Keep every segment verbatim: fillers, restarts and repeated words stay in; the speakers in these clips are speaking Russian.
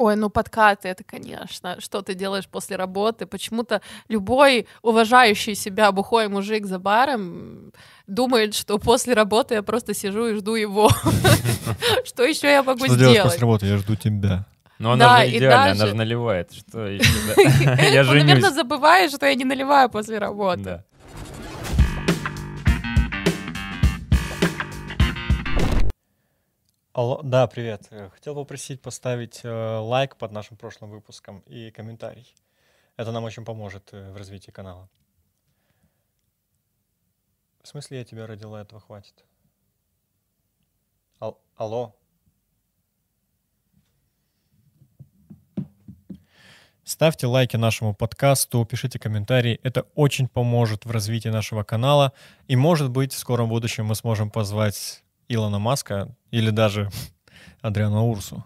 Ой, ну подкаты, это, конечно, что ты делаешь после работы. Почему-то любой уважающий себя бухой мужик за баром думает, что после работы я просто сижу и жду его. Что еще я могу сделать? Что делаешь после работы? Я жду тебя. Но она же идеальная, она же наливает. Что еще? Я женюсь. Он, наверное, забывает, что я не наливаю после работы. Да. Алло, да, привет. Хотел попросить поставить э, лайк под нашим прошлым выпуском и комментарий. Это нам очень поможет э, в развитии канала. В смысле, я тебя родила, этого хватит. Ал- алло. Ставьте лайки нашему подкасту, пишите комментарии. Это очень поможет в развитии нашего канала. И, может быть, в скором будущем мы сможем позвать Илона Маска или даже Адриана Урсу.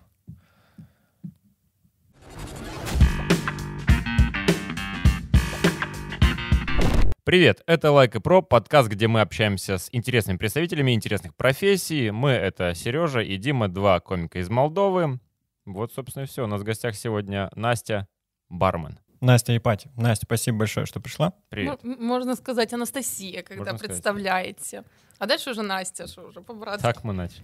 Привет, это Лайк и Про, подкаст, где мы общаемся с интересными представителями интересных профессий. Мы — это Сережа и Дима, два комика из Молдовы. Вот, собственно, и все. У нас в гостях сегодня Настя, бармен. Настя и Пати. Настя, спасибо большое, что пришла. Привет. М- можно сказать Анастасия, когда Можно представляете. Сказать. А дальше уже Настя, что уже по-братски. Так мы начали.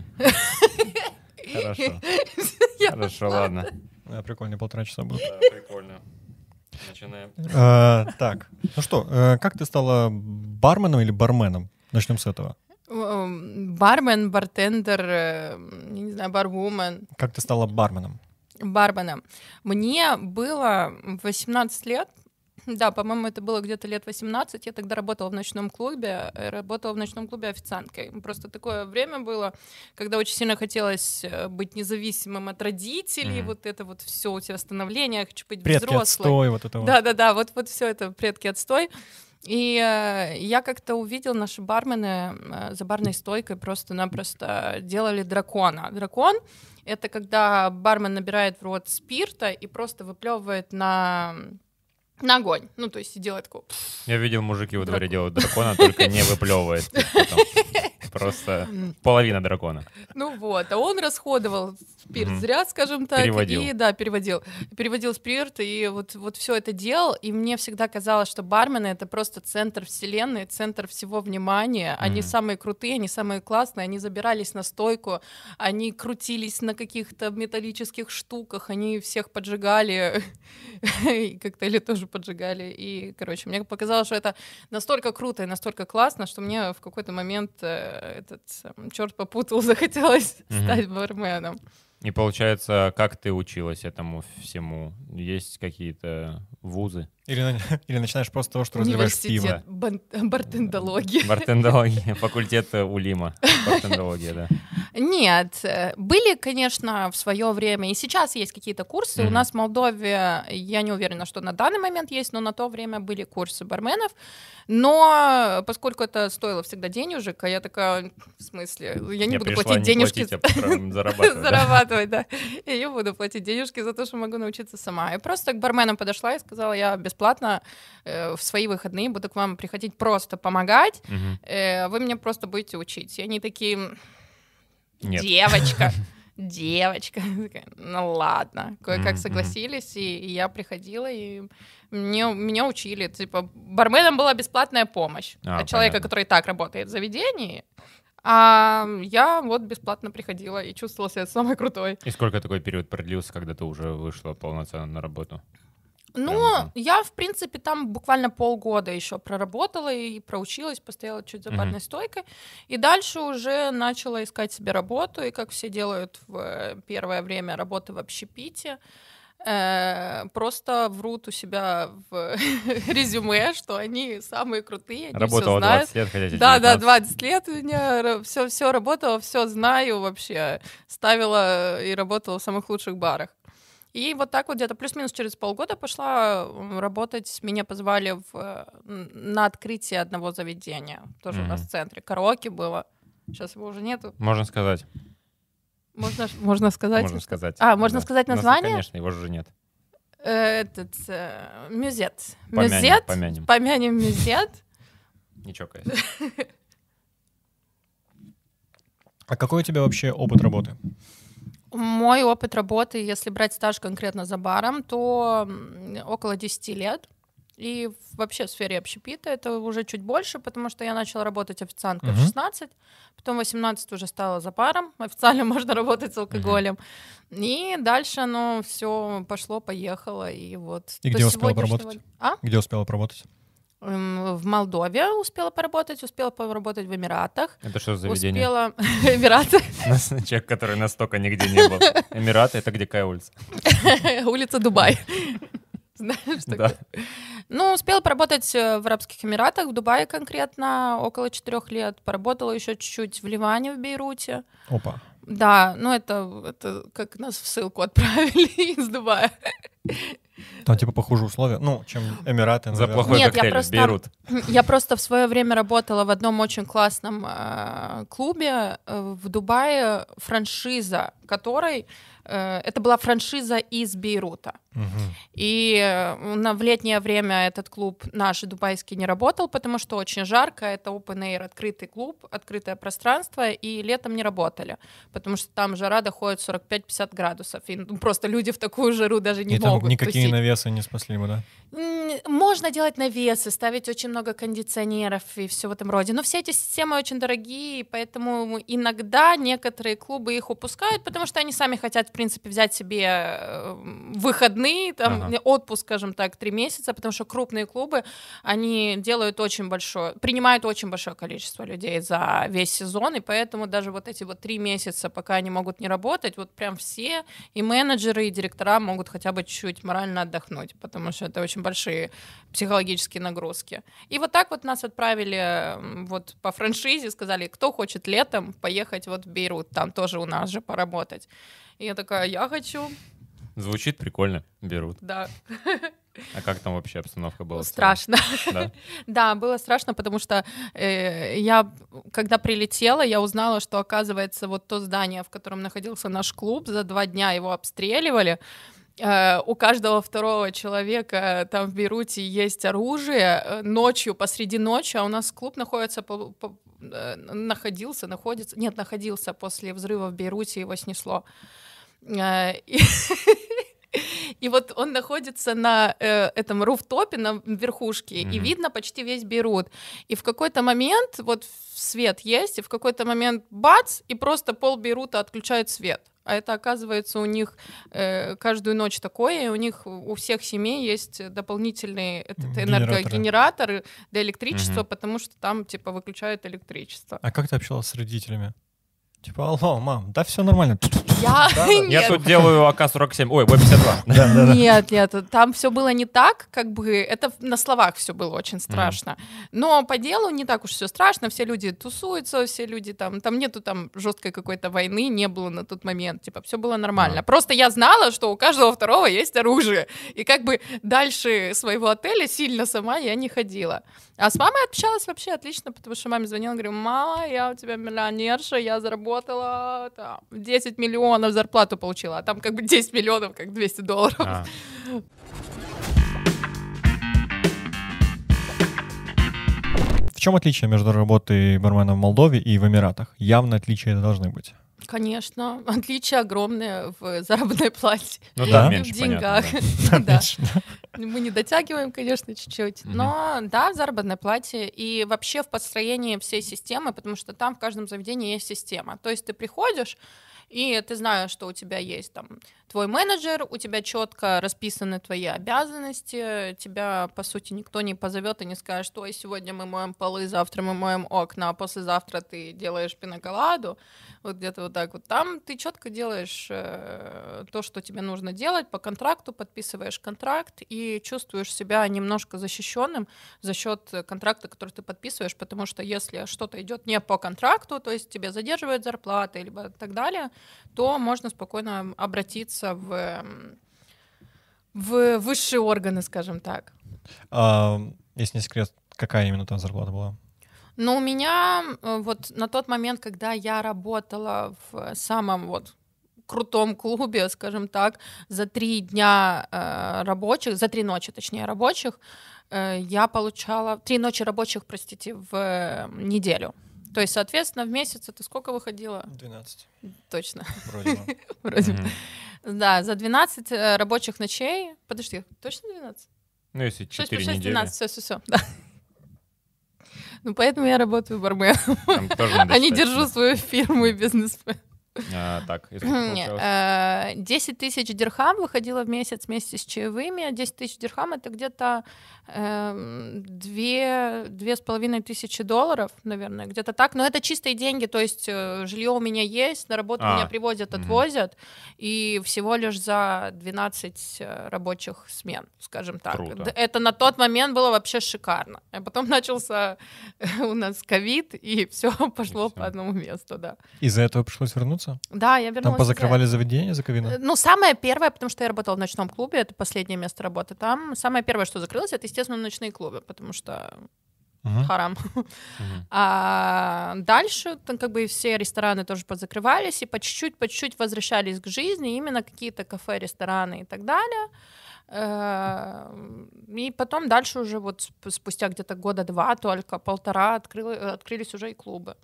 Хорошо. Хорошо, ладно. Прикольно, полтора часа будет. Да, прикольно. Начинаем. Так, ну что, как ты стала барменом или барменом? Начнем с этого. Бармен, бартендер, я не знаю, барвумен. Как ты стала барменом? Барменом. Мне было восемнадцать лет. Да, по-моему, это было где-то лет восемнадцать. Я тогда работала в ночном клубе. Работала в ночном клубе официанткой. Просто такое время было, когда очень сильно хотелось быть независимым от родителей. Mm-hmm. Вот это вот все у тебя становление. Я хочу быть предки взрослой. Отстой, вот это вот. Да-да-да, вот, вот все это предки отстой. И э, я как-то увидела, наши бармены э, за барной стойкой просто-напросто делали дракона. Дракон — это когда бармен набирает в рот спирта и просто выплевывает на... на огонь. Ну, то есть делает такой... Я видел, мужики во дворе делают дракона, только не выплевывает. Просто половина дракона. Ну вот, а он расходовал спирт mm-hmm. зря, скажем так. Переводил. И, да, переводил. Переводил спирт, и вот, вот все это делал. И мне всегда казалось, что бармены — это просто центр вселенной, центр всего внимания. Mm-hmm. Они самые крутые, они самые классные. Они забирались на стойку, они крутились на каких-то металлических штуках, они всех поджигали. И коктейли тоже поджигали. И, короче, мне показалось, что это настолько круто и настолько классно, что мне в какой-то момент этот черт попутал, захотелось mm-hmm. стать барменом. И получается, как ты училась этому всему? Есть какие-то вузы? Или, или начинаешь просто с того, что разливаешь пиво? Бан- бартендология. Бартендология, факультет УЛИМа. Бартендология, да. Нет, были, конечно, в свое время, и сейчас есть какие-то курсы. Mm-hmm. У нас в Молдове, я не уверена, что на данный момент есть, но на то время были курсы барменов. Но поскольку это стоило всегда денежек, а я такая, в смысле, я не я буду пришла платить не денежки. Платить, а зарабатывать. Зарабатывать, да. Я не буду платить денежки за то, что могу научиться сама. И просто к барменам подошла и сказала, я бесплатно в свои выходные буду к вам приходить просто помогать. Вы меня просто будете учить. И они такие... Нет. Девочка, девочка. Ну ладно. Кое-как согласились, и, и я приходила, и мне, меня учили. Типа, барменам была бесплатная помощь а, от человека, понятно. Который и так работает в заведении. А я вот бесплатно приходила и чувствовала себя самой крутой. И сколько такой период продлился, когда ты уже вышла полноценно на работу? Ну, Прямо... я, в принципе, там буквально полгода еще проработала и проучилась, постояла чуть за барной mm-hmm. стойкой. И дальше уже начала искать себе работу. И как все делают в первое время работы в общепите, э, просто врут у себя в резюме, что они самые крутые, они работала все знают. двадцать лет, хотя Да, да, двадцать лет у меня все, все работала, все знаю вообще. Ставила и работала в самых лучших барах. И вот так вот где-то плюс-минус через полгода пошла работать. Меня позвали в, на открытие одного заведения. Тоже mm-hmm. у нас в центре. Караоке было. Сейчас его уже нету. Можно сказать. Можно, можно сказать? Можно сказать. А, можно да. сказать название? Нас, конечно, его же нет. Этот, Мюзет. Помянем, Мюзет. Помянем. Помянем Мюзет. Ничего, кайф. А какой у тебя вообще опыт работы? Мой опыт работы, если брать стаж конкретно за баром, то около десять лет. И вообще в сфере общепита это уже чуть больше, потому что я начала работать официанткой uh-huh. в шестнадцать, потом в восемнадцать уже стала за баром, официально можно работать с алкоголем. Uh-huh. И дальше оно все пошло-поехало. И, вот и где успела поработать? А? Где успела поработать? В Молдове успела поработать, успела поработать в Эмиратах. Это что за заведение? Успела... Эмираты. Человек, который настолько нигде не был. Эмираты — это где какая улица? Улица Дубай. Знаешь, да. Ну, успела поработать в Арабских Эмиратах, в Дубае конкретно, около четырех лет. Поработала еще чуть-чуть в Ливане, в Бейруте. Опа. Да, ну это, это как нас в ссылку отправили из Дубая. Там типа похуже условия, ну, чем Эмираты, наверное. За плохой Нет, коктейль я просто, Бейрут. Я просто в свое время работала в одном очень классном э, клубе э, в Дубае, франшиза которой э, это была франшиза из Бейрута. Угу. И э, на, в летнее время этот клуб наш дубайский не работал, потому что очень жарко, это open air, открытый клуб, открытое пространство, и летом не работали, потому что там жара доходит сорок пять - пятьдесят градусов, и ну, просто люди в такую жару даже не и могут там никакие тусить. навесы не спасли бы, да? Можно делать навесы, ставить очень много кондиционеров и все в этом роде, но все эти системы очень дорогие, поэтому иногда некоторые клубы их упускают, потому что они сами хотят, в принципе, взять себе выходные, там, ага. отпуск, скажем так, три месяца, потому что крупные клубы, они делают очень большое, принимают очень большое количество людей за весь сезон, и поэтому даже вот эти вот три месяца, пока они могут не работать, вот прям все, и менеджеры, и директора могут хотя бы чуть-чуть морально отдохнуть, потому что это очень большие психологические нагрузки. И вот так вот нас отправили вот по франшизе, сказали, кто хочет летом поехать вот в Бейрут, там тоже у нас же поработать. И я такая, я хочу. Звучит прикольно, Бейрут. Да. А как там вообще обстановка была? Страшно. Да? Да, было страшно, потому что э, я, когда прилетела, я узнала, что, оказывается, вот то здание, в котором находился наш клуб, за два дня его обстреливали. Uh, у каждого второго человека там в Бейруте есть оружие ночью, посреди ночи, а у нас клуб находится, по, по, находился, находится, нет, находился после взрыва в Бейруте, его снесло. Uh, и, и вот он находится на э, этом руфтопе, на верхушке, mm-hmm. и видно почти весь Бейрут. И в какой-то момент, вот свет есть, и в какой-то момент бац, и просто пол Бейрута отключает свет. А это, оказывается, у них э, каждую ночь такое, и у них у всех семей есть дополнительные этот, энергогенераторы для электричества, угу. потому что там, типа, выключают электричество. А как ты общалась с родителями? Типа, алло, мам, да все нормально. Я, я тут делаю А К сорок семь, ой, Б пятьдесят два. Нет, нет, там все было не так, как бы, это на словах все было очень страшно. Mm. Но по делу не так уж все страшно, все люди тусуются, все люди там, там нету там жесткой какой-то войны, не было на тот момент, типа, все было нормально. Mm. Просто я знала, что у каждого второго есть оружие, и как бы дальше своего отеля сильно сама я не ходила. А с мамой общалась вообще отлично, потому что маме звонила, говорю, мама, я у тебя миллионерша, я заработала там, десять миллионов зарплату получила, а там как бы десять миллионов, как двести долларов. А. В чем отличие между работой барменом в Молдове и в Эмиратах? Явно отличия должны быть. Конечно, отличие огромное в заработной плате, ну, да, в меньше, деньгах. Понятно, да. Мы не дотягиваем, конечно, чуть-чуть, mm-hmm. но да, в заработной плате и вообще в построении всей системы, потому что там в каждом заведении есть система. То есть ты приходишь, и ты знаешь, что у тебя есть там твой менеджер, у тебя четко расписаны твои обязанности, тебя, по сути, никто не позовет и не скажет, что сегодня мы моем полы, завтра мы моем окна, а послезавтра ты делаешь пиноколаду, вот где-то вот так вот. Там ты четко делаешь э, то, что тебе нужно делать по контракту, подписываешь контракт и чувствуешь себя немножко защищенным за счет контракта, который ты подписываешь, потому что если что-то идет не по контракту, то есть тебе задерживают зарплаты, либо так далее, то можно спокойно обратиться в, в высшие органы, скажем так. А, если не секрет, какая именно там зарплата была? Ну, у меня вот на тот момент, когда я работала в самом вот крутом клубе, скажем так, за три дня э, рабочих, за три ночи, точнее, рабочих, э, я получала... Три ночи рабочих, простите, в э, неделю. То есть, соответственно, в месяц это сколько выходило? двенадцать. Точно. Вроде бы. Вроде бы. Да, за двенадцать э, рабочих ночей. Подожди, точно двенадцать? Ну, если шесть четыре плюс шесть, недели. двенадцать, все, все, все. Да. Ну, поэтому я работаю барменом, Там тоже надо а не считать, держу да. свою фирму и бизнес. А, так, и сколько получалось? Э, десять тысяч дирхам выходило в месяц вместе с чаевыми. десять тысяч дирхам — это где-то эм, две, две с половиной тысячи долларов, наверное, где-то так. Но это чистые деньги, то есть э, жилье у меня есть, на работу А, меня привозят, мгм. отвозят, и всего лишь за двенадцать э, рабочих смен, скажем так. Круто. Д- Это на тот момент было вообще шикарно. А потом начался у нас ковид, и все пошло всё. по одному месту, да. Из-за этого пришлось вернуться? Да, я вернулась. Там из-за позакрывали заведения за ковидом? Э, Ну, самое первое, потому что я работала в ночном клубе, это последнее место работы там. Самое первое, что закрылось, это, естественно, ночные клубы, потому что Мгм. харам. Мгм. А дальше там как бы и все рестораны тоже позакрывались, и по чуть-чуть, по чуть-чуть возвращались к жизни, именно какие-то кафе, рестораны и так далее. Э, И потом дальше уже вот сп- спустя где-то года два, только полтора, открыли- открылись уже и клубы.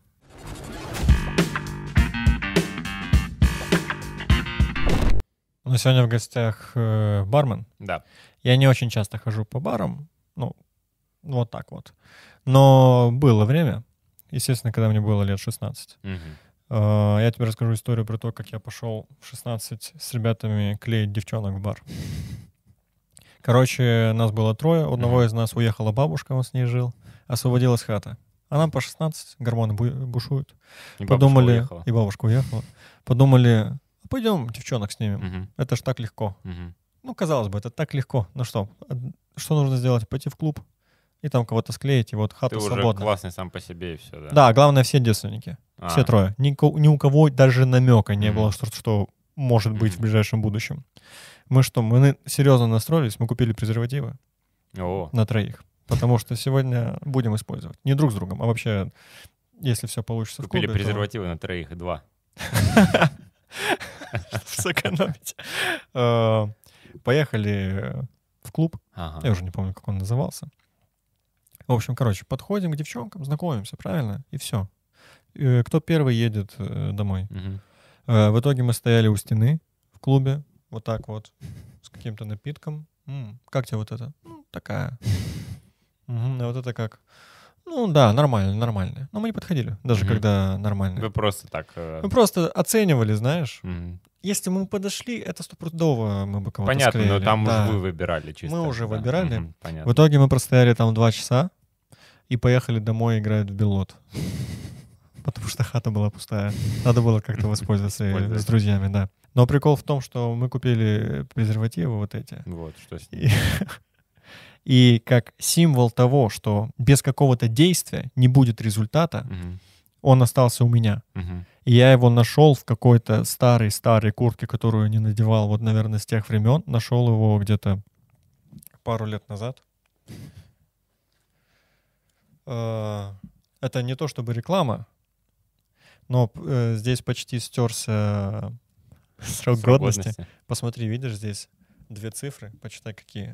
У нас сегодня в гостях э, бармен. Да. Я не очень часто хожу по барам, ну, вот так вот. Но было время, естественно, когда мне было лет шестнадцать. Мгм. Э, Я тебе расскажу историю про то, как я пошел в шестнадцать с ребятами клеить девчонок в бар. Короче, нас было трое. У одного Мгм. из нас уехала бабушка, он с ней жил. Освободилась хата. А нам по шестнадцать, гормоны бу- бушуют. И бабушка Подумали, уехала. и бабушка уехала. Подумали, а пойдем девчонок снимем. Мгм. Это ж так легко. Мгм. Ну, казалось бы, это так легко. Ну что, од- что нужно сделать? Пойти в клуб и там кого-то склеить, и вот хата Ты уже свободна. классный сам по себе, и все, да? Да, главное, все девственники. А, Все трое. Нико- Ни у кого даже намека не Мгм. было, что, что может быть в Мгм. ближайшем будущем. Мы что, мы на- серьезно настроились, мы купили презервативы О, на троих, потому что сегодня будем использовать. Не друг с другом, а вообще, если все получится купили в клубе, то презервативы на троих, два. сэкономить. Э, Поехали в клуб. Ага. Я уже не помню, как он назывался. В общем, короче, подходим к девчонкам, знакомимся, правильно? И все. Кто первый едет э, домой? Мгм. Э, В итоге мы стояли у стены в клубе, вот так вот, с каким-то напитком. М, Как тебе вот это? Ну, такая. Мгм, а вот это как? Ну да, нормально, нормально. Но мы не подходили, даже Мгм. когда нормально. Вы просто так... э, Мы просто оценивали, знаешь. мгм. Если мы подошли, это стопудово мы бы кого-то Понятно, но склеили. там Да. уже вы выбирали чисто. Мы уже да. выбирали. Мгм, В Понятно. итоге мы простояли там два часа и поехали домой играть в белот. Потому что хата была пустая. Надо было как-то воспользоваться э, Использовать. с друзьями, да. Но прикол в том, что мы купили презервативы вот эти. Вот, что с ним. И, и как символ того, что без какого-то действия не будет результата, Мгм. он остался у меня. Мгм. И я его нашел в какой-то старой-старой куртке, которую не надевал, вот, наверное, с тех времен. Нашел его где-то пару лет назад. Э, Это не то чтобы реклама, но э, здесь почти стерся срок Срок годности. годности. Посмотри, видишь здесь две цифры, почитай какие.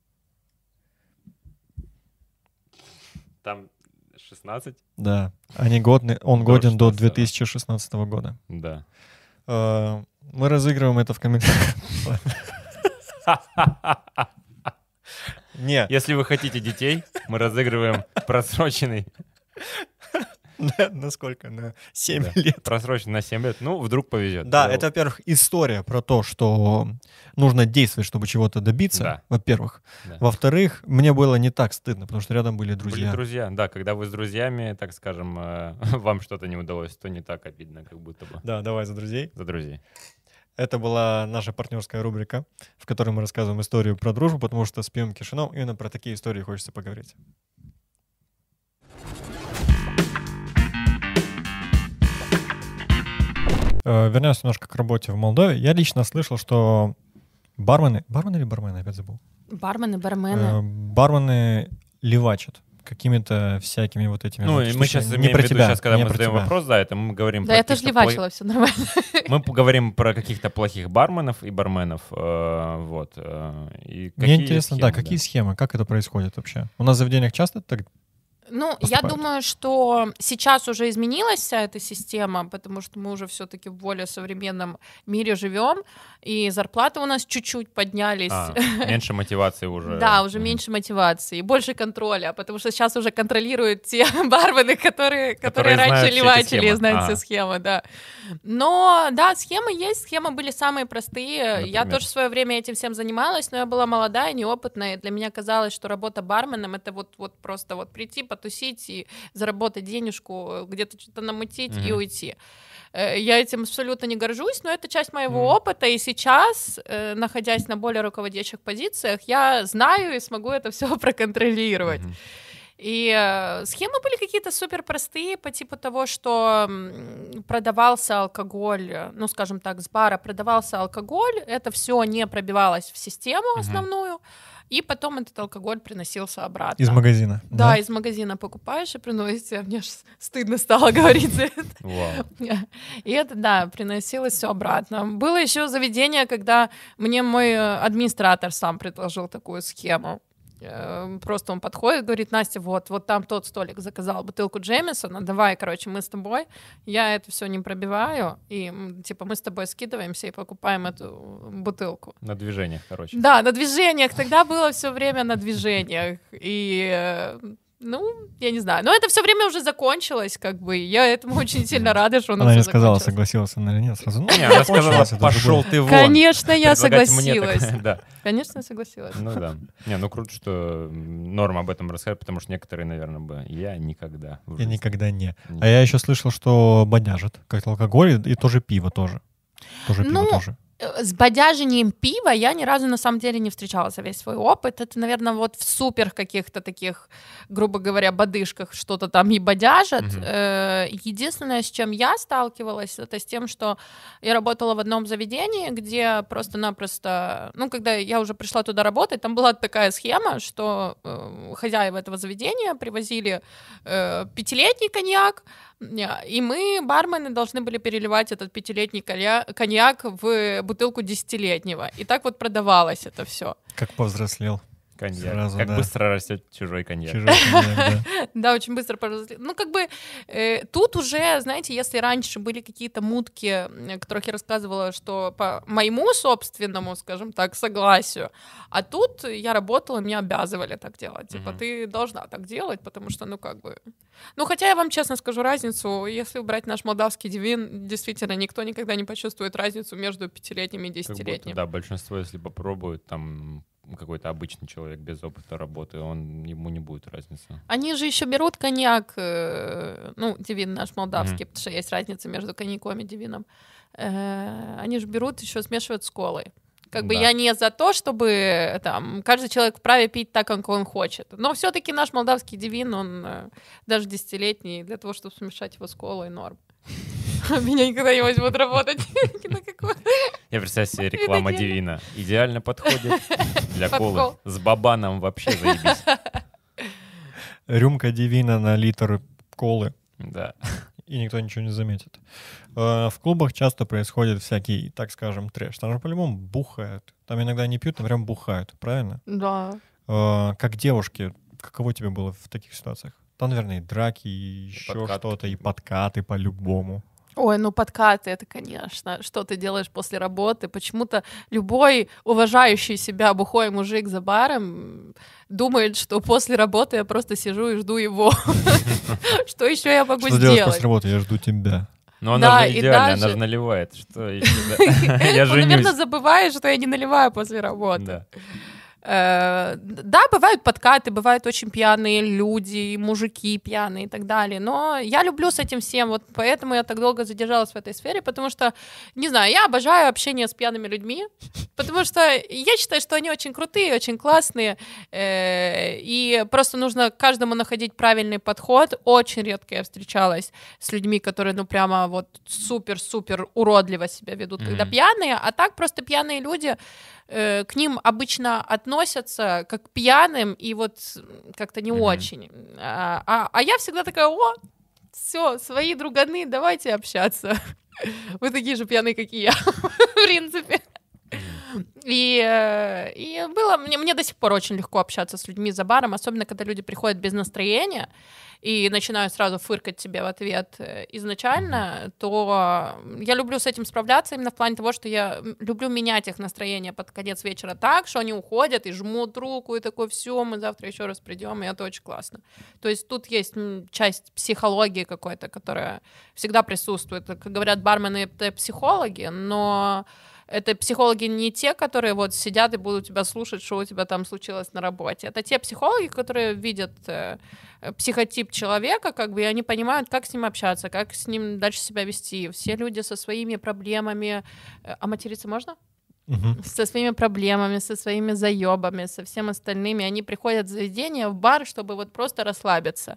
Там шестнадцать? Да, они годны, он До годен до шестнадцатого. две тысячи шестнадцатого года. Да. Э, Мы разыгрываем это в комментариях. Нет, Если вы хотите детей, мы разыгрываем просроченный, на на сколько? На семь Да. лет. просроченный на семь лет. Ну, вдруг повезет. Да, Э, это, во-первых, история про то, что нужно действовать, чтобы чего-то добиться, Да. во-первых. Да. Во-вторых, мне было не так стыдно, потому что рядом были Были друзья. друзья. Да, когда вы с друзьями, так скажем, э, вам что-то не удалось, то не так обидно, как будто бы. Да, давай за друзей. За друзей. Это была наша партнерская рубрика, в которой мы рассказываем историю про дружбу, потому что с пьем кишином именно про такие истории хочется поговорить. Э, Вернемся немножко к работе в Молдове. Я лично слышал, что бармены... Бармены или бармены? Опять забыл. Бармены, бармены. Э, Бармены левачат какими-то всякими вот этими... Ну, вот и мы штучками. сейчас Не имеем в про виду, тебя, сейчас, когда не мы про задаем тебя. вопрос, да, это мы говорим Да про я тоже каких-то пла- левачила, все нормально. Мы поговорим про каких-то плохих барменов и барменов. э, Вот. э, и Мне какие интересно, схемы, да, какие схемы, как это происходит вообще? У нас в заведениях часто так Ну, поступают? я думаю, что сейчас уже изменилась вся эта система, потому что мы уже все-таки в более современном мире живем, и зарплаты у нас чуть-чуть поднялись. А, меньше мотивации уже. Да, уже Мгм. меньше мотивации, и больше контроля, потому что сейчас уже контролируют те бармены, которые, которые, Которые знают раньше все эти левачили и схемы. знают Ага. все схемы, да. Но, да, схемы есть, схемы были самые простые. Я Например? тоже в свое время этим всем занималась, но я была молодая, неопытная, и для меня казалось, что работа барменом — это вот, вот просто вот прийти, потусить и заработать денежку, где-то что-то намутить и Мгм. уйти. Э, Я этим абсолютно не горжусь, но это часть моего Мгм. опыта, и сейчас, э, находясь на более руководящих позициях, я знаю и смогу это все проконтролировать. Мгм. И э, схемы были какие-то супер простые, по типу того, что м, продавался алкоголь, э, ну, скажем так, с бара продавался алкоголь, это все не пробивалось в систему Мгм. основную, и потом этот алкоголь приносился обратно. Из магазина. Да, из магазина покупаешь и приносите. Мне ж стыдно стало говорить за это. Вау. И это, да, приносилось все обратно. Было еще заведение, когда мне мой э, администратор сам предложил такую схему. Э, Просто он подходит, говорит: Настя, вот, вот там тот столик заказал бутылку Джеймисона, давай, короче, мы с тобой. Я это все не пробиваю, и м, типа мы с тобой скидываемся и покупаем эту бутылку. На движениях, короче. Да, на движениях. Тогда было все время на движениях. И, э, ну, я не знаю. Но это все время уже закончилось, как бы. и Я этому очень сильно рада, что оно Она всё не сказала, закончилось. согласился она или нет. Сразу, ну, Не, она сказала, закончилось, это же пошел было. ты вон. Конечно, я Предлагать мне согласилась. такое, Да, Конечно, я согласилась. ну да. Не, ну круто, что м, Норм об этом рассказывает, потому что некоторые, наверное, бы я никогда в Я жизни никогда не. не- А я еще слышал, что бодяжит, как алкоголь и, и тоже пиво тоже. Тоже пиво Ну, тоже. Э, С бодяжением пива я ни разу на самом деле не встречала за весь свой опыт. Это, наверное, вот в супер каких-то таких, грубо говоря, бодышках что-то там и бодяжат. Мгм. Э, Единственное, с чем я сталкивалась, это с тем, что я работала в одном заведении, где просто-напросто, ну, когда я уже пришла туда работать, там была такая схема, что э, хозяева этого заведения привозили э, пятилетний коньяк, и мы, бармены, должны были переливать этот пятилетний коня- коньяк в бутылку десятилетнего. И так вот продавалось это все. Как повзрослел. Коньяк. Сразу, Как да. быстро растет чужой коньяк. Чужой коньяк, да. Да, очень быстро повзрослел. Ну, как бы э, тут уже, знаете, если раньше были какие-то мутки, о которых я рассказывала, что по моему собственному, скажем так, согласию, а тут я работала, меня обязывали так делать. Типа, Мгм. ты должна так делать, потому что, ну, как бы... Ну, хотя я вам честно скажу разницу. Если убрать наш молдавский дивин, действительно, никто никогда не почувствует разницу между пятилетним и Как будто, десятилетним. да, большинство, если попробует, там какой-то обычный человек без опыта работы, он ему не будет разницы. Они же еще берут коньяк, э, ну, дивин наш молдавский, потому что есть разница между коньяком и дивином. Э, Они же берут, еще смешивают с колой. Как бы Да. я не за то, чтобы э, там каждый человек вправе пить так, как он хочет. Но все-таки наш молдавский дивин, он э, даже десятилетний, для того, чтобы смешать его с колой, норм. Меня никогда не возьмут работать ни на какую. Я представляю себе реклама дело. Дивина. Идеально подходит для Под колы. кол. С бабаном вообще заебись. Рюмка дивина на литр колы, Да. и никто ничего не заметит. Э, В клубах часто происходит всякий, так скажем, трэш. Там же по-любому бухают. Там иногда не пьют, там прям бухают, правильно? Да. Э, Как девушки, каково тебе было в таких ситуациях? Там, наверное, и драки, и еще подкаты. что-то, и подкаты по-любому. Ой, ну подкаты, это, конечно, что ты делаешь после работы. Почему-то любой уважающий себя бухой мужик за баром думает, что после работы я просто сижу и жду его. Что еще я могу Что делать сделать? после работы? Я жду тебя. Но она Да, же и идеальная, она даже- же наливает. Что еще? да? Я Он, наверное, женюсь. забывает, что я не наливаю после работы. Да. Э, Да, бывают подкаты, бывают очень пьяные люди, мужики пьяные и так далее, но я люблю с этим всем, вот поэтому я так долго задержалась в этой сфере, потому что, не знаю, я обожаю общение с пьяными людьми, потому что я считаю, что они очень крутые, очень классные, э, и просто нужно каждому находить правильный подход. Очень редко я встречалась с людьми, которые, ну, прямо вот супер-супер уродливо себя ведут, когда Мгм. пьяные, а так просто пьяные люди, э, к ним обычно относятся как к пьяным и вот как-то не Мгм. очень. А, а- а я всегда такая: о, все, свои друганы, давайте общаться. Вы такие же пьяные, как и я, в принципе. И, э, и было мне, мне до сих пор очень легко общаться с людьми за баром, особенно когда люди приходят без настроения. и начинают сразу фыркать тебе в ответ изначально, то я люблю с этим справляться именно в плане того, что я люблю менять их настроение под конец вечера так, что они уходят и жмут руку, и такой, все, мы завтра еще раз придем, и это очень классно. То есть тут есть часть психологии какой-то, которая всегда присутствует. Как говорят, бармены — это психологи, но это психологи не те, которые вот сидят и будут тебя слушать, что у тебя там случилось на работе. Это те психологи, которые видят э, психотип человека, как бы, и они понимают, как с ним общаться, как с ним дальше себя вести. Все люди со своими проблемами... А материться можно? Угу. Со своими проблемами, со своими заебами, со всем остальными. Они приходят в заведение, в бар, чтобы вот просто расслабиться.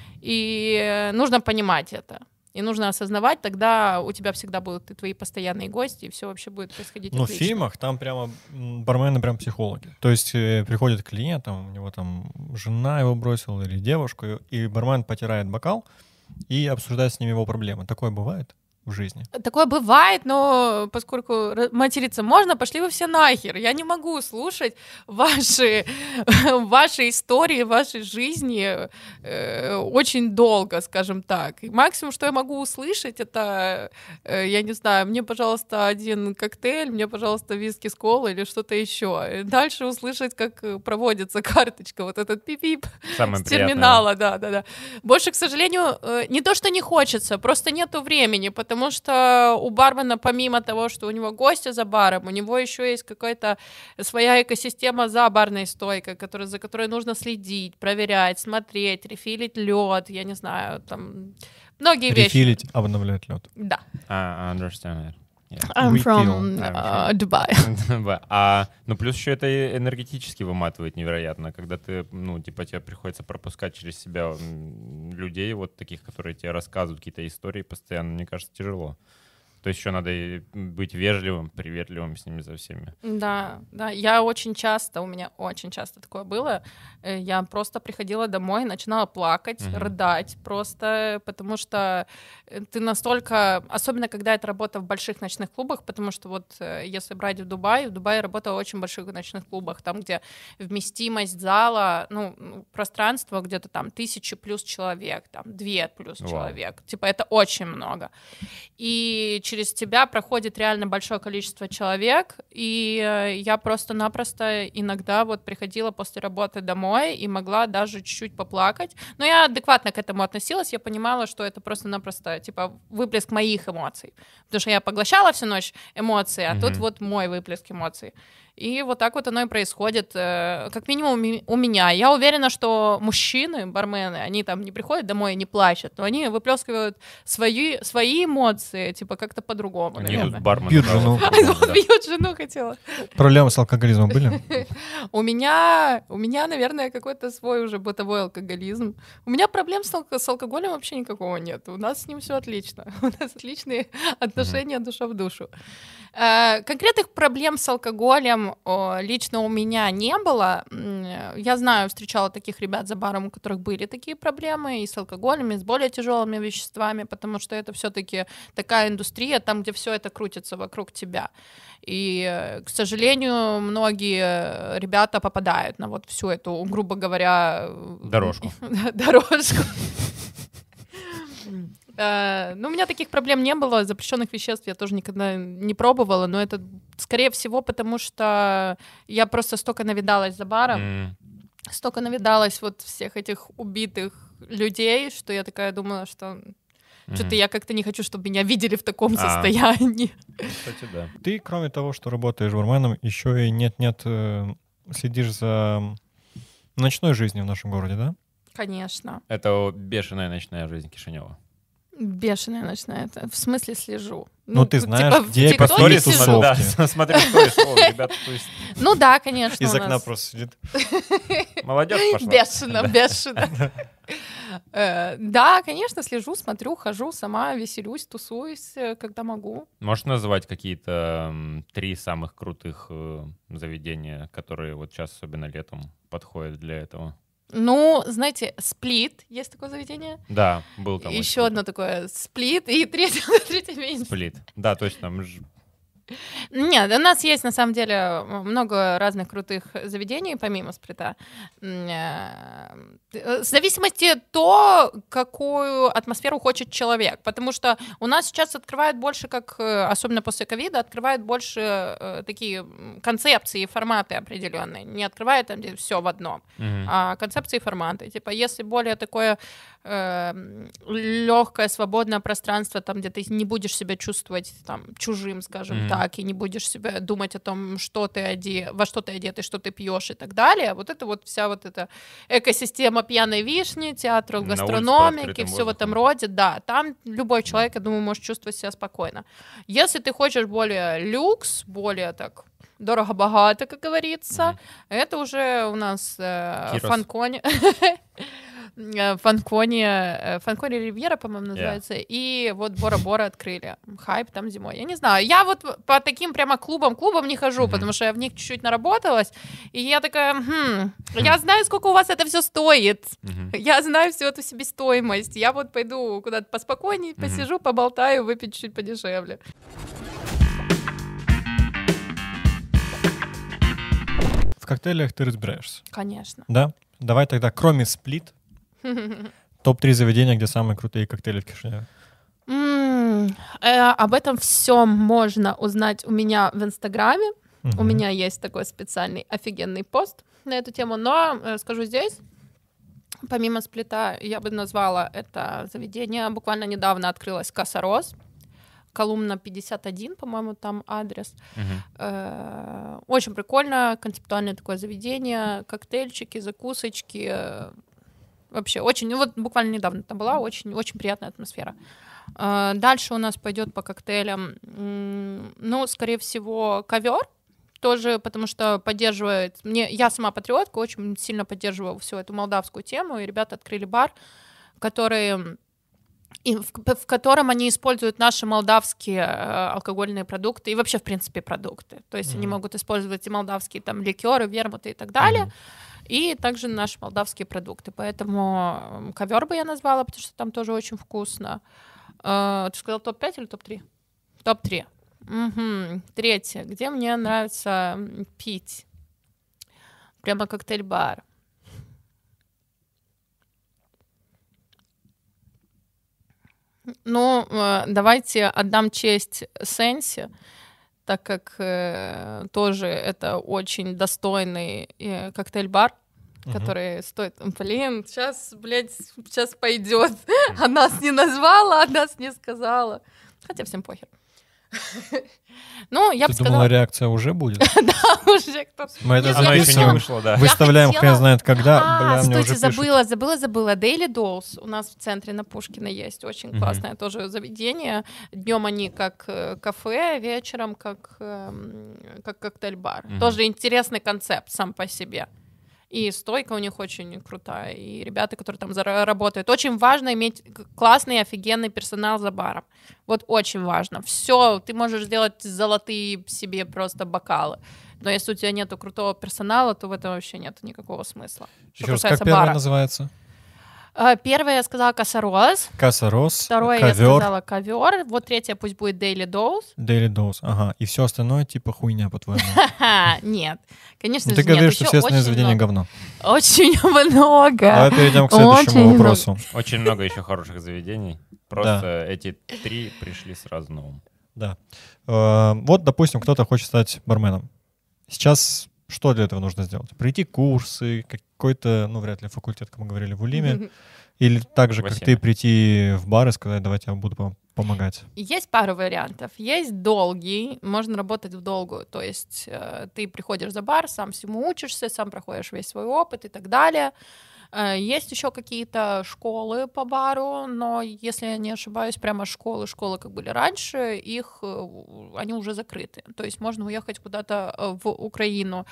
И нужно понимать это. И нужно осознавать, тогда у тебя всегда будут и твои постоянные гости, и все вообще будет происходить Но отлично. в фильмах там прямо бармены прям психологи. То есть э, приходит клиент, там, у него там жена его бросила или девушку, и бармен потирает бокал и обсуждает с ним его проблемы. Такое бывает в жизни? Такое бывает, но поскольку материться можно, пошли вы все нахер. Я не могу слушать ваши, ваши истории, вашей жизни э, очень долго, скажем так. И максимум, что я могу услышать, это, э, я не знаю, мне, пожалуйста, один коктейль, мне, пожалуйста, виски с колой или что-то еще. И дальше услышать, как проводится карточка, вот этот пип-пип Самое с терминала. Да, да, да. Больше, к сожалению, э, не то, что не хочется, просто нету времени, потому Потому что у бармена, помимо того, что у него гости за баром, у него еще есть какая-то своя экосистема за барной стойкой, который, за которой нужно следить, проверять, смотреть, рефилить лед, я не знаю, там многие вещи. Рефилить, обновлять лед. Да. I understand it. Yeah. I'm Refill. from I'm uh, Dubai. А, ну, плюс еще это и энергетически выматывает невероятно, когда ты, ну, типа, тебе приходится пропускать через себя людей, вот таких, которые тебе рассказывают какие-то истории постоянно, мне кажется, тяжело. То есть еще надо и быть вежливым, приветливым с ними, за всеми. Да, да, я очень часто, у меня очень часто такое было, я просто приходила домой и начинала плакать, Мгм. рыдать просто, потому что ты настолько, особенно когда это работа в больших ночных клубах, потому что вот э, если брать в Дубае, в Дубае работала в очень больших ночных клубах, там, где вместимость зала, ну, пространство где-то там тысячи плюс человек, там, две плюс Вау. человек, типа это очень много. И через тебя проходит реально большое количество человек, и э, я просто-напросто иногда вот приходила после работы домой и могла даже чуть-чуть поплакать, но я адекватно к этому относилась, я понимала, что это просто-напросто, типа, выплеск моих эмоций, потому что я поглощала всю ночь эмоции, а Мгм. тут вот мой выплеск эмоций. И вот так вот оно и происходит, э, как минимум ми- у меня. Я уверена, что мужчины, бармены, они там не приходят домой и не плачут, но они выплескивают свои, свои эмоции, типа как-то по-другому, Они наверное. идут бармен. Бьют направо, жену. направо, Он да. бьет жену, хотела. Проблемы с алкоголизмом были? У меня, у меня, наверное, какой-то свой уже бытовой алкоголизм. У меня проблем с, алко- с алкоголем вообще никакого нет. У нас с ним все отлично. У нас отличные отношения душа в душу. Э, Конкретных проблем с алкоголем о, лично у меня не было. М, Я знаю, встречала таких ребят за баром, у которых были такие проблемы и с алкоголем, и с более тяжелыми веществами, потому что это все-таки такая индустрия, там, где все это крутится вокруг тебя. И, э, к сожалению, многие ребята попадают на вот всю эту, грубо говоря, э, Дорожку. дорожку. Э, Ну, у меня таких проблем не было, запрещенных веществ я тоже никогда не пробовала, но это, скорее всего, потому что я просто столько навидалась за баром, М. столько навидалась вот всех этих убитых людей, что я такая думала, что что-то Мгм. я как-то не хочу, чтобы меня видели в таком А. состоянии. Кстати, да. Ты, кроме того, что работаешь барменом, еще и нет-нет э, следишь за ночной жизнью в нашем городе, да? Конечно. Это бешеная ночная жизнь Кишинева. Бешеная ночная. Это в смысле слежу. Ну, ты типа, знаешь, в где и ТикТоке по сторис сижу. тусовки. Да, смотрю сторис, о, ребята, то есть Ну да, конечно. Из у окна нас просто сидит. молодежь пошла. Бешено, Да. бешено. Э, Да, конечно, слежу, смотрю, хожу сама, веселюсь, тусуюсь, э, когда могу. Можешь назвать какие-то м, три самых крутых э, заведения, которые вот сейчас, особенно летом, подходят для этого? Ну, знаете, Сплит, есть такое заведение? Да, был там. очень Еще круто. одно такое Сплит, и третье, третье место. Сплит. Да, точно. мы ж- Нет, у нас есть, на самом деле, много разных крутых заведений, помимо Сплита. В зависимости от того, какую атмосферу хочет человек. Потому что у нас сейчас открывают больше, как, особенно после ковида, открывают больше такие концепции и форматы определенные. Не открывают там, где все в одном, mm-hmm. а концепции и форматы. Типа, если более такое э, легкое, свободное пространство, там, где ты не будешь себя чувствовать там, чужим, скажем mm-hmm. так, и не будешь себя думать о том, что ты оде... во что ты одет и что ты пьешь и так далее. Вот это вот вся вот эта экосистема пьяной вишни, театра, гастрономики, все в этом роде, да, там любой человек, я думаю, может чувствовать себя спокойно. Если ты хочешь более люкс, более так дорого-богато, как говорится, mm-hmm. это уже у нас э, Фанкони. Фанкони, Фанкони Ривьера, по-моему, называется, yeah. и вот Бора-Бора открыли. Хайп там зимой. Я не знаю, я вот по таким прямо клубам-клубам не хожу, mm-hmm. потому что я в них чуть-чуть наработалась, и я такая, хм, я знаю, сколько у вас это все стоит, mm-hmm. я знаю всю эту себестоимость, я вот пойду куда-то поспокойнее, mm-hmm. посижу, поболтаю, выпить чуть подешевле. В коктейлях ты разбираешься? Конечно. Да? Давай тогда, кроме Сплит, топ три заведения, где самые крутые коктейли в Кишиневе. Mm, э, об этом все можно узнать у меня в Инстаграме. Uh-huh. У меня есть такой специальный офигенный пост на эту тему. Но э, скажу здесь, помимо Сплита, я бы назвала это заведение. Буквально недавно открылась Каса Роз. Колумна пятьдесят один, по-моему, там адрес. Uh-huh. Э, очень прикольно, концептуальное такое заведение. Коктейльчики, закусочки. Вообще очень, ну вот буквально недавно там была, очень, очень приятная атмосфера. Дальше у нас пойдет по коктейлям, ну, скорее всего, Ковер, тоже потому что поддерживает, мне, я сама патриотка, очень сильно поддерживаю всю эту молдавскую тему, и ребята открыли бар, который, и в, в котором они используют наши молдавские алкогольные продукты и вообще, в принципе, продукты. То есть mm-hmm. они могут использовать и молдавские там ликеры, вермуты и так далее, mm-hmm. и также наши молдавские продукты. Поэтому Ковер бы я назвала, потому что там тоже очень вкусно. Ты сказал топ пять или топ три? топ три. Угу. Третье. Где мне нравится пить? Прямо коктейль-бар. Ну, давайте отдам честь Сенси, так как э, тоже это очень достойный э, коктейль-бар, uh-huh. который стоит... Блин, сейчас, блядь, сейчас пойдет. А нас не назвала, а нас не сказала. Хотя всем похер. Ну, я бы сказала... Ты думала, реакция уже будет? Да, уже кто-то... Мы это Она еще не вышла, да. Выставляем, хрен знает когда. А, стойте, забыла, забыла, забыла. Daily Dolls у нас в центре на Пушкина есть. Очень классное тоже заведение. Днем они как кафе, вечером как коктейль-бар. Тоже интересный концепт сам по себе. И стойка у них очень крутая, и ребята, которые там работают. Очень важно иметь классный, офигенный персонал за баром. Вот очень важно. Все, ты можешь сделать золотые себе просто бокалы. Но если у тебя нету крутого персонала, то в этом вообще нет никакого смысла. Еще раз, как первое называется? Первое я сказала Каса Роз. Каса Роз. Второе ковер. Я сказала Ковер. Вот третье пусть будет Daily Dose. Daily Dose, ага. И все остальное типа хуйня, по-твоему? Нет, конечно же нет. Ты говоришь, что все остальные заведения говно. Очень много. Давай перейдем к следующему вопросу. Очень много еще хороших заведений. Просто эти три пришли сразу на ум. Да. Вот, допустим, кто-то хочет стать барменом. Сейчас что для этого нужно сделать? Пройти курсы, какой-то, ну, вряд ли факультет, как мы говорили, в Улиме, или так же, как ты, прийти в бар и сказать, давайте я вам буду помогать? Есть пару вариантов. Есть долгий, можно работать в долгую, то есть э, ты приходишь за бар, сам всему учишься, сам проходишь весь свой опыт и так далее. Есть еще какие-то школы по бару, но, если я не ошибаюсь, прямо школы, школы, как были раньше, их, они уже закрыты. То есть можно уехать куда-то в Украину,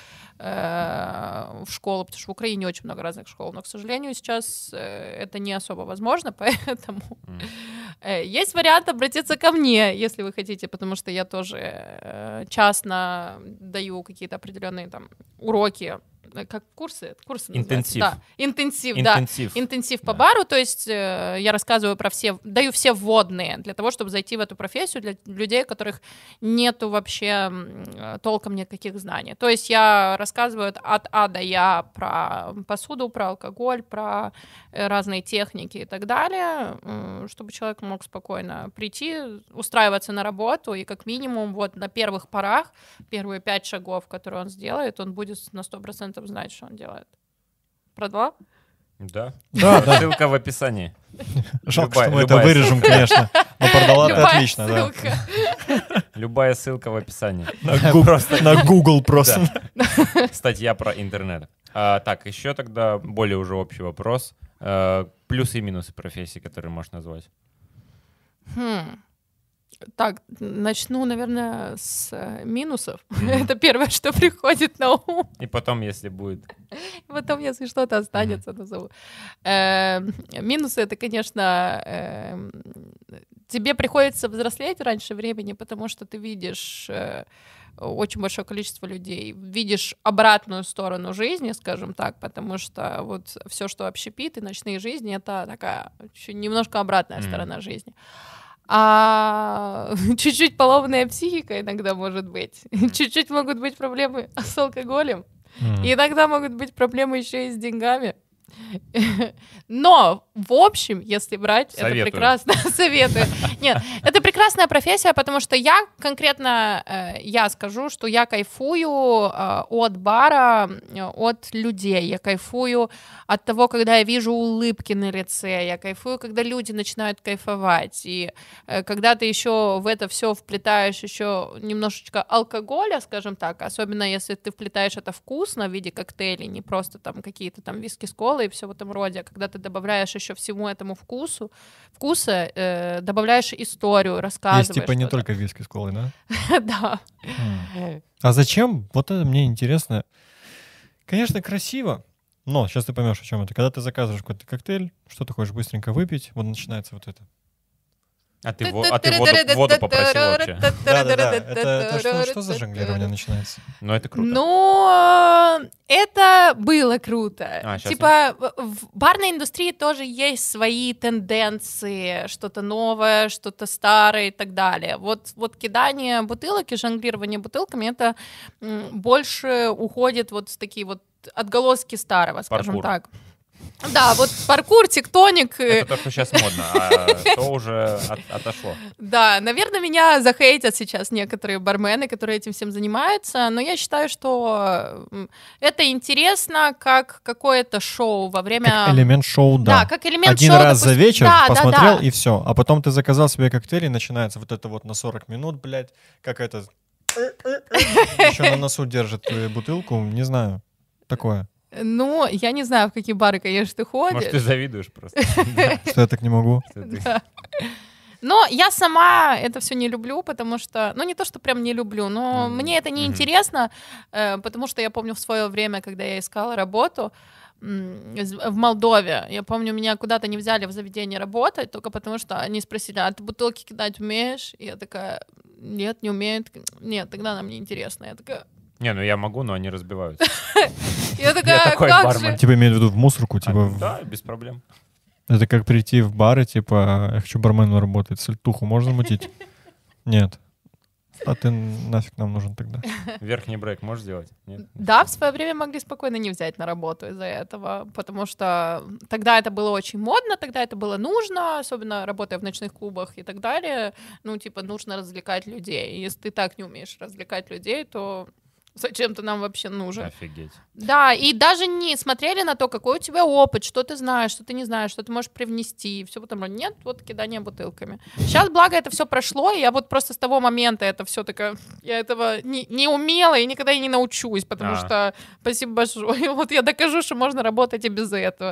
э, в школу, потому что в Украине очень много разных школ, но, к сожалению, сейчас это не особо возможно, поэтому mm. есть вариант обратиться ко мне, если вы хотите, потому что я тоже частно даю какие-то определенные там уроки как курсы, курсы Интенсив. Да, интенсив, Интенсив. да, интенсив по Да. бару, то есть э, я рассказываю про все, даю все вводные для того, чтобы зайти в эту профессию для людей, у которых нету вообще м, толком никаких знаний. То есть я рассказываю от А до Я про посуду, про алкоголь, про э, разные техники и так далее, э, чтобы человек мог спокойно прийти, устраиваться на работу и как минимум вот на первых порах, первые пять шагов, которые он сделает, он будет на сто процентов знать, что он делает. Продала? Да. Да, да. Ссылка в описании. Жалко, Любая- что мы это любая вырежем, конечно. Но продала ты Любая отлично, да. ссылка. Любая ссылка в описании. На Гу- На Google просто. Статья про интернет. А, так, еще тогда более уже общий вопрос. А, плюсы и минусы профессии, которые можешь назвать. Хм. Так, начну, наверное, с э, минусов. Мгм. Это первое, что приходит на ум. И потом, если будет... Потом, если что-то останется, назову. Э, Минусы — это, конечно, э, тебе приходится взрослеть раньше времени, потому что ты видишь э, очень большое количество людей, видишь обратную сторону жизни, скажем так, потому что вот все, что общепит и ночные жизни, это такая чуть немножко обратная Мгм. сторона жизни. А чуть-чуть поломанная психика иногда может быть. Чуть-чуть могут быть проблемы с алкоголем. М. И иногда могут быть проблемы еще и с деньгами. Но, в общем, если брать, Советую. это прекрасно. Советую. Нет, это прекрасная профессия, потому что я конкретно, э, я скажу, что я кайфую э, от бара, э, от людей. Я кайфую от того, когда я вижу улыбки на лице. Я кайфую, когда люди начинают кайфовать. И э, когда ты еще в это все вплетаешь еще немножечко алкоголя, скажем так, особенно если ты вплетаешь это вкусно в виде коктейлей, не просто там какие-то там виски с колой и все в этом роде, а когда ты добавляешь еще всему этому вкусу, вкуса, э, добавляешь историю, рассказываешь. Есть типа не что-то. только виски с колой, да? Да. М. А зачем? Вот это мне интересно. Конечно, красиво, но сейчас ты поймешь, о чем это. Когда ты заказываешь какой-то коктейль, что ты хочешь быстренько выпить, вот начинается вот это. А ты, во- а ты воду, воду попросил вообще? Да-да-да, это, это что, что за жонглирование начинается? Ну, это круто. Ну, э, это было круто. А, щас типа, в- в барной индустрии тоже есть свои тенденции, что-то новое, что-то старое и так далее. Вот, вот кидание бутылок и жонглирование бутылками, это м, больше уходит вот в такие вот отголоски старого, скажем Паркур. так. Да, вот паркур, тектоник. э, Это то, что сейчас модно, а то уже от- отошло. Да, наверное, меня захейтят сейчас некоторые бармены, которые этим всем занимаются, но я считаю, что м, это интересно как какое-то шоу во время... Как элемент шоу, да. Да, как элемент Один шоу. раз за допустим. вечер Да, да, посмотрел да. и все. А потом ты заказал себе коктейль, и начинается вот это вот на сорок минут, блядь, как это... Еще на носу держит э, бутылку, не знаю, такое. Ну, я не знаю, в какие бары, конечно, ты ходишь. Может, ты завидуешь просто. Что я так не могу. Что ты- Да. Но я сама это все не люблю, потому что, ну не то, что прям не люблю, но Мгм. мне это не Мгм. интересно, э, потому что я помню в свое время, когда я искала работу м, из- в Молдове, я помню, меня куда-то не взяли в заведение работать, только потому что они спросили, а ты бутылки кидать умеешь? И я такая, нет, не умею. Нет, тогда нам не интересно. Я такая, Не, ну я могу, но они разбивают. я такая, такой как бармен. же? Типа имеют в виду в мусорку, А, типа... Да, без проблем. Это как прийти в бар и типа, я хочу барменом работать, сальтуху можно мутить? Нет. А ты нафиг нам нужен тогда? Верхний брейк можешь сделать? Нет? Да, в свое время могли спокойно не взять на работу из-за этого, потому что тогда это было очень модно, тогда это было нужно, особенно работая в ночных клубах и так далее. Ну, типа, нужно развлекать людей. И если ты так не умеешь развлекать людей, то зачем ты нам вообще нужен? Офигеть. Да, и даже не смотрели на то, какой у тебя опыт, что ты знаешь, что ты не знаешь, что ты можешь привнести, и все потом. Нет, вот кидание бутылками. Сейчас, благо, это все прошло, и я вот просто с того момента это все такая, я этого не, не умела и никогда и не научусь, потому А. что, спасибо большое, вот я докажу, что можно работать и без этого.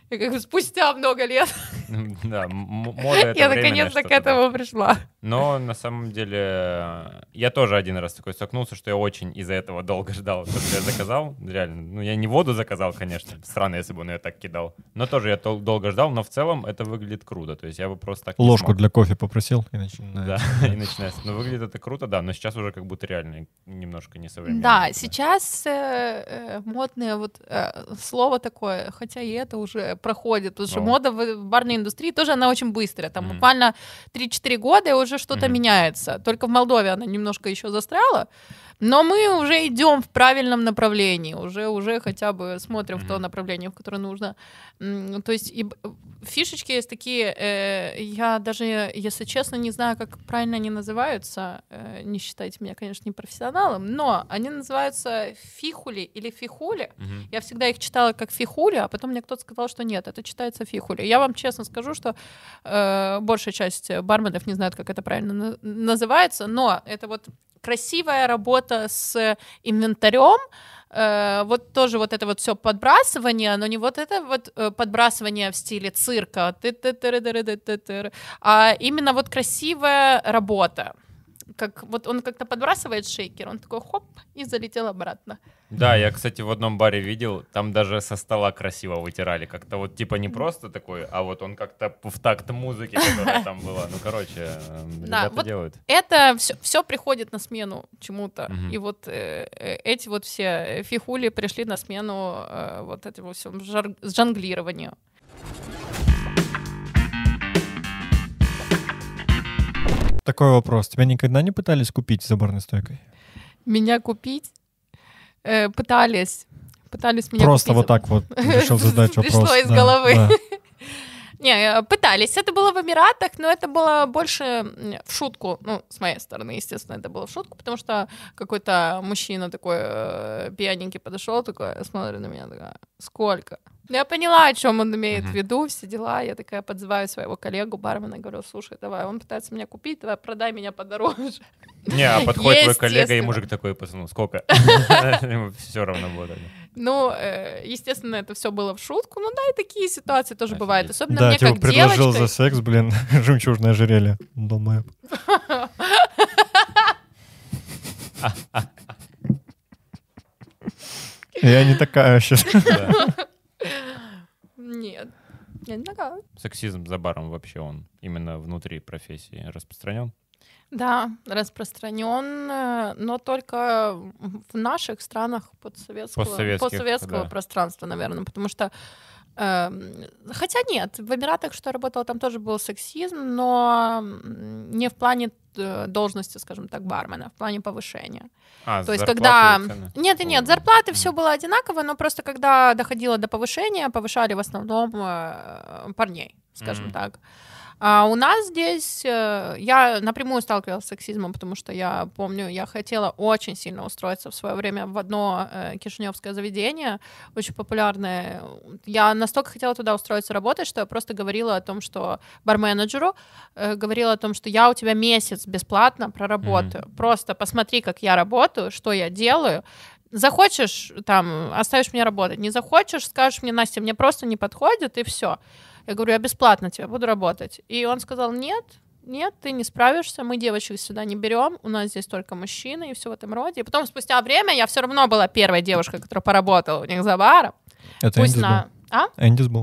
И как бы спустя много лет Да, м- мода — это я временное наконец-то к что-то, да. этому пришла. Но на самом деле я тоже один раз такой столкнулся, что я очень из-за этого долго ждал, то, что я заказал. Реально, ну я не воду заказал, конечно. Странно, если бы он ее так кидал. Но тоже я тол- долго ждал, но в целом это выглядит круто. То есть я бы просто так не Ложку смог. для кофе попросил и начинается. Да, и начинается. Но выглядит это круто, да, но сейчас уже как будто реально немножко несовременно. Да, сейчас э, э, модное вот э, слово такое, хотя и это уже проходит, потому что О. мода в, в барной индустрии тоже она очень быстрая, там Мгм. буквально три-четыре года и уже что-то Мгм. меняется. Только в Молдове она немножко еще застряла, но мы уже идем в правильном направлении, уже уже хотя бы смотрим в то Мгм. направление, в которое нужно. М, То есть и б- фишечки есть такие, э, я даже, если честно, не знаю, как правильно они называются, э, не считайте меня, конечно, не профессионалом, но они называются фихули или фихули. Мгм. Я всегда их читала как фихули, а потом мне кто-то сказал, что нет, это читается фихули. Я вам честно скажу, что э, большая часть барменов не знают, как это правильно на- называется, но это вот красивая работа с инвентарем, э, вот тоже вот это вот все подбрасывание, но не вот это вот э, подбрасывание в стиле цирка, ты-ты-ты-ты-ты-ты-ты, а именно вот красивая работа. Как вот он как-то подбрасывает шейкер, он такой хоп и залетел обратно. Да, я, кстати, в одном баре видел, там даже со стола красиво вытирали. Как-то вот типа не просто такой, а вот он как-то в такт музыки, которая там была. Ну, короче, э, Да, ребята вот делают. Это все, все приходит на смену чему-то. Мгм. И вот э, э, эти вот все фихули пришли на смену э, вот этому всему жар- жонглированию. Такой вопрос. Тебя никогда не пытались купить за барной стойкой? Меня купить э, пытались. Пытались меня Просто купить. вот так вот решил задать вопрос. Пришло из Да, головы. да. Не, э, пытались. Это было в Эмиратах, но это было больше м, в шутку. Ну, с моей стороны, естественно, это было в шутку, потому что какой-то мужчина такой э, пьяненький подошел, такой, смотрит на меня, такая, сколько? Ну, я поняла, о чем он имеет Мгм. в виду, все дела. Я такая подзываю своего коллегу, бармена, говорю, слушай, давай, он пытается меня купить, давай продай меня подороже. Не, а подходит твой коллега, и Естественно. мужик такой, пацану, сколько? Все равно было. да. Ну, э, естественно, это все было в шутку. Ну да, и такие ситуации тоже Офигеть. бывают. Особенно Да, мне типа как предложил девочкой. за секс, блин, жемчужное ожерелье. Долбоеб. Я не такая сейчас. Да. Нет, я не такая. Сексизм за баром вообще он именно внутри профессии распространен? Да, распространен, э, но только в наших странах подсоветского, Постсоветских, постсоветского да. пространства, наверное, потому что эм, хотя нет, в Эмиратах, что я работала, там тоже был сексизм, но м, не в плане э, должности, скажем так, бармена, в плане повышения. А, То есть, зарплаты когда... и цены? Нет, и нет, О, зарплаты мгм. все было одинаково, но просто когда доходило до повышения, повышали в основном э, парней, скажем Мгм. так. А у нас здесь э, я напрямую сталкивалась с сексизмом, потому что я помню, я хотела очень сильно устроиться в свое время в одно э, кишиневское заведение, очень популярное. Я настолько хотела туда устроиться работать, что я просто говорила о том, что барменеджеру э, говорила о том, что я у тебя месяц бесплатно проработаю. Просто посмотри, как я работаю, что я делаю. Захочешь, там, оставишь меня работать. Не захочешь, скажешь мне, Настя, мне просто не подходит, и все. Я говорю, я бесплатно тебе буду работать. И он сказал, нет, нет, ты не справишься, мы девочек сюда не берем, у нас здесь только мужчины и все в этом роде. И потом, спустя время, я все равно была первой девушкой, которая поработала у них за баром. Это Пусть Эндис на... был. А? Эндис был.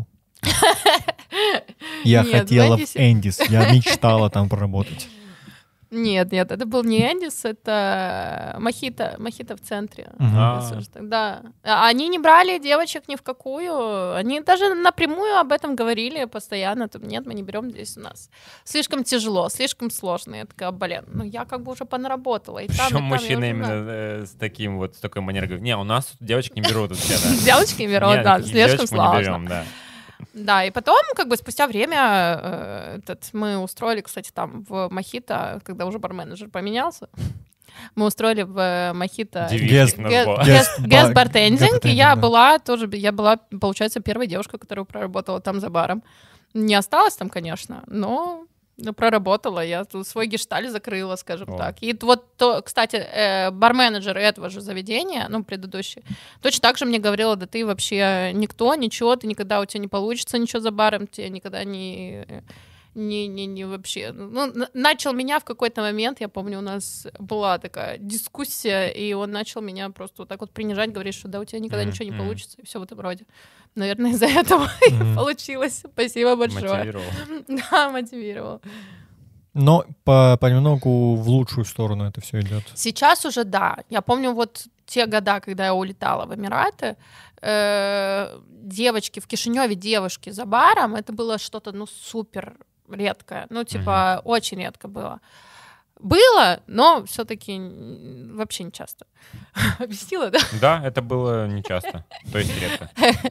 Я Нет, хотела в знаете, Эндис. Я мечтала там поработать. Нет, нет, это был не Эндис, это Мохито, Мохито в центре. Мгм. А. Если уж так, да. А Они не брали девочек ни в какую. Они даже напрямую об этом говорили постоянно. Там, нет, мы не берем здесь у нас. Слишком тяжело, слишком сложно. Я такая, блин, ну я как бы уже понаработала. И там, и Причем там, я мужчина уже именно знаю. э, с таким вот, с такой манерой говорит, не, у нас тут девочек не берут вообще, да. Девочки не берут, Нет, да, никаких слишком девочек мы не сложно. берем, да. Да, и потом, как бы спустя время, э, этот, мы устроили, кстати, там в Мохито, когда уже барменеджер поменялся, мы устроили в э, Мохито Девичник Guest- у нас был. Guest- guest ба- бартендинг, guest и я bartending, да. была тоже, я была, получается, первой девушкой, которая проработала там за баром. Не осталась там, конечно, но Ну, проработала, я тут свой гешталь закрыла, скажем О. так. И вот, то, кстати, э, бар-менеджер этого же заведения, ну, предыдущий, точно так же мне говорила, да ты вообще никто, ничего, ты никогда, у тебя не получится ничего за баром, тебе никогда не... Не, не, не вообще. Ну, начал меня в какой-то момент, я помню, у нас была такая дискуссия, и он начал меня просто вот так вот принижать, говорить, что да, у тебя никогда mm-hmm. ничего не получится, и все в этом роде. Наверное, из-за этого mm-hmm. получилось. Спасибо большое. Мотивировал. Да, мотивировал. Но по, понемногу в лучшую сторону это все идет. Сейчас уже да. Я помню вот те года, когда я улетала в Эмираты, э, девочки в Кишиневе, девушки за баром, это было что-то, ну, супер редкое. Ну, типа, mm-hmm. очень редко было. Было, но все-таки вообще не часто. Объяснила, да? Да, это было не часто, то есть редко.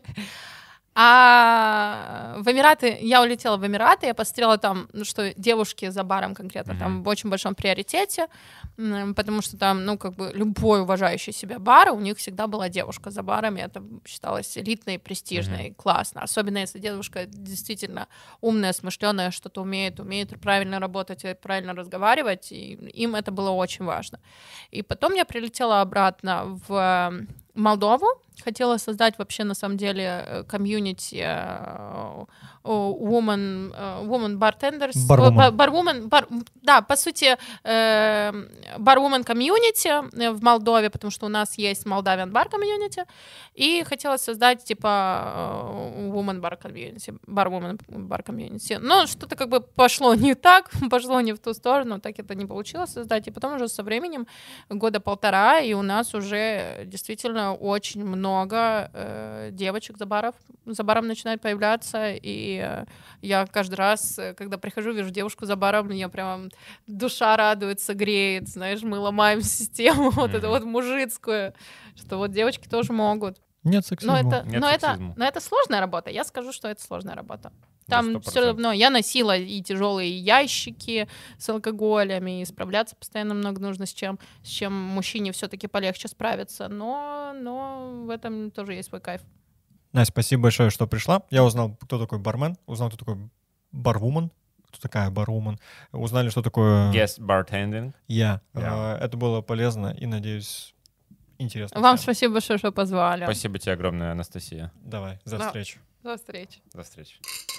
А в Эмираты, я улетела в Эмираты, я посмотрела там, ну, что девушки за баром конкретно mm-hmm. там в очень большом приоритете, потому что там, ну, как бы любой уважающий себя бар, у них всегда была девушка за баром, и это считалось элитной, престижной, mm-hmm. классно. Особенно если девушка действительно умная, смышленая, что-то умеет, умеет правильно работать, правильно разговаривать, и им это было очень важно. И потом я прилетела обратно в Молдову, хотела создать вообще на самом деле комьюнити uh, woman, uh, woman bartenders, barwoman. Barwoman, bar, да, по сути uh, barwoman комьюнити в Молдове, потому что у нас есть Moldavian bar комьюнити, и хотела создать типа uh, woman bar комьюнити, barwoman bar комьюнити. Но что-то как бы пошло не так, пошло не в ту сторону, так это не получилось создать, и потом уже со временем года полтора, и у нас уже действительно очень много много э, девочек за, баров, за баром начинает появляться, и э, я каждый раз, когда прихожу, вижу девушку за баром, мне прям душа радуется, греет, знаешь, мы ломаем систему, mm-hmm. вот эту вот мужицкую, что вот девочки тоже могут. Нет сексизма. Но это, Нет но, сексизма. это, но это сложная работа, я скажу, что это сложная работа. Там да, все равно я носила и тяжелые ящики с алкоголем, и справляться постоянно много нужно с чем, с чем мужчине все-таки полегче справиться. Но, но в этом тоже есть свой кайф. Настя, спасибо большое, что пришла. Я узнал, кто такой бармен, узнал, кто такой барвумен, кто такая барвумен. Узнали, что такое... Guest bartending. Я. Yeah. Yeah. Это было полезно и, надеюсь, интересно. Вам спасибо большое, что позвали. Спасибо тебе огромное, Анастасия. Давай, за да. встречу. За встречу. За встречу.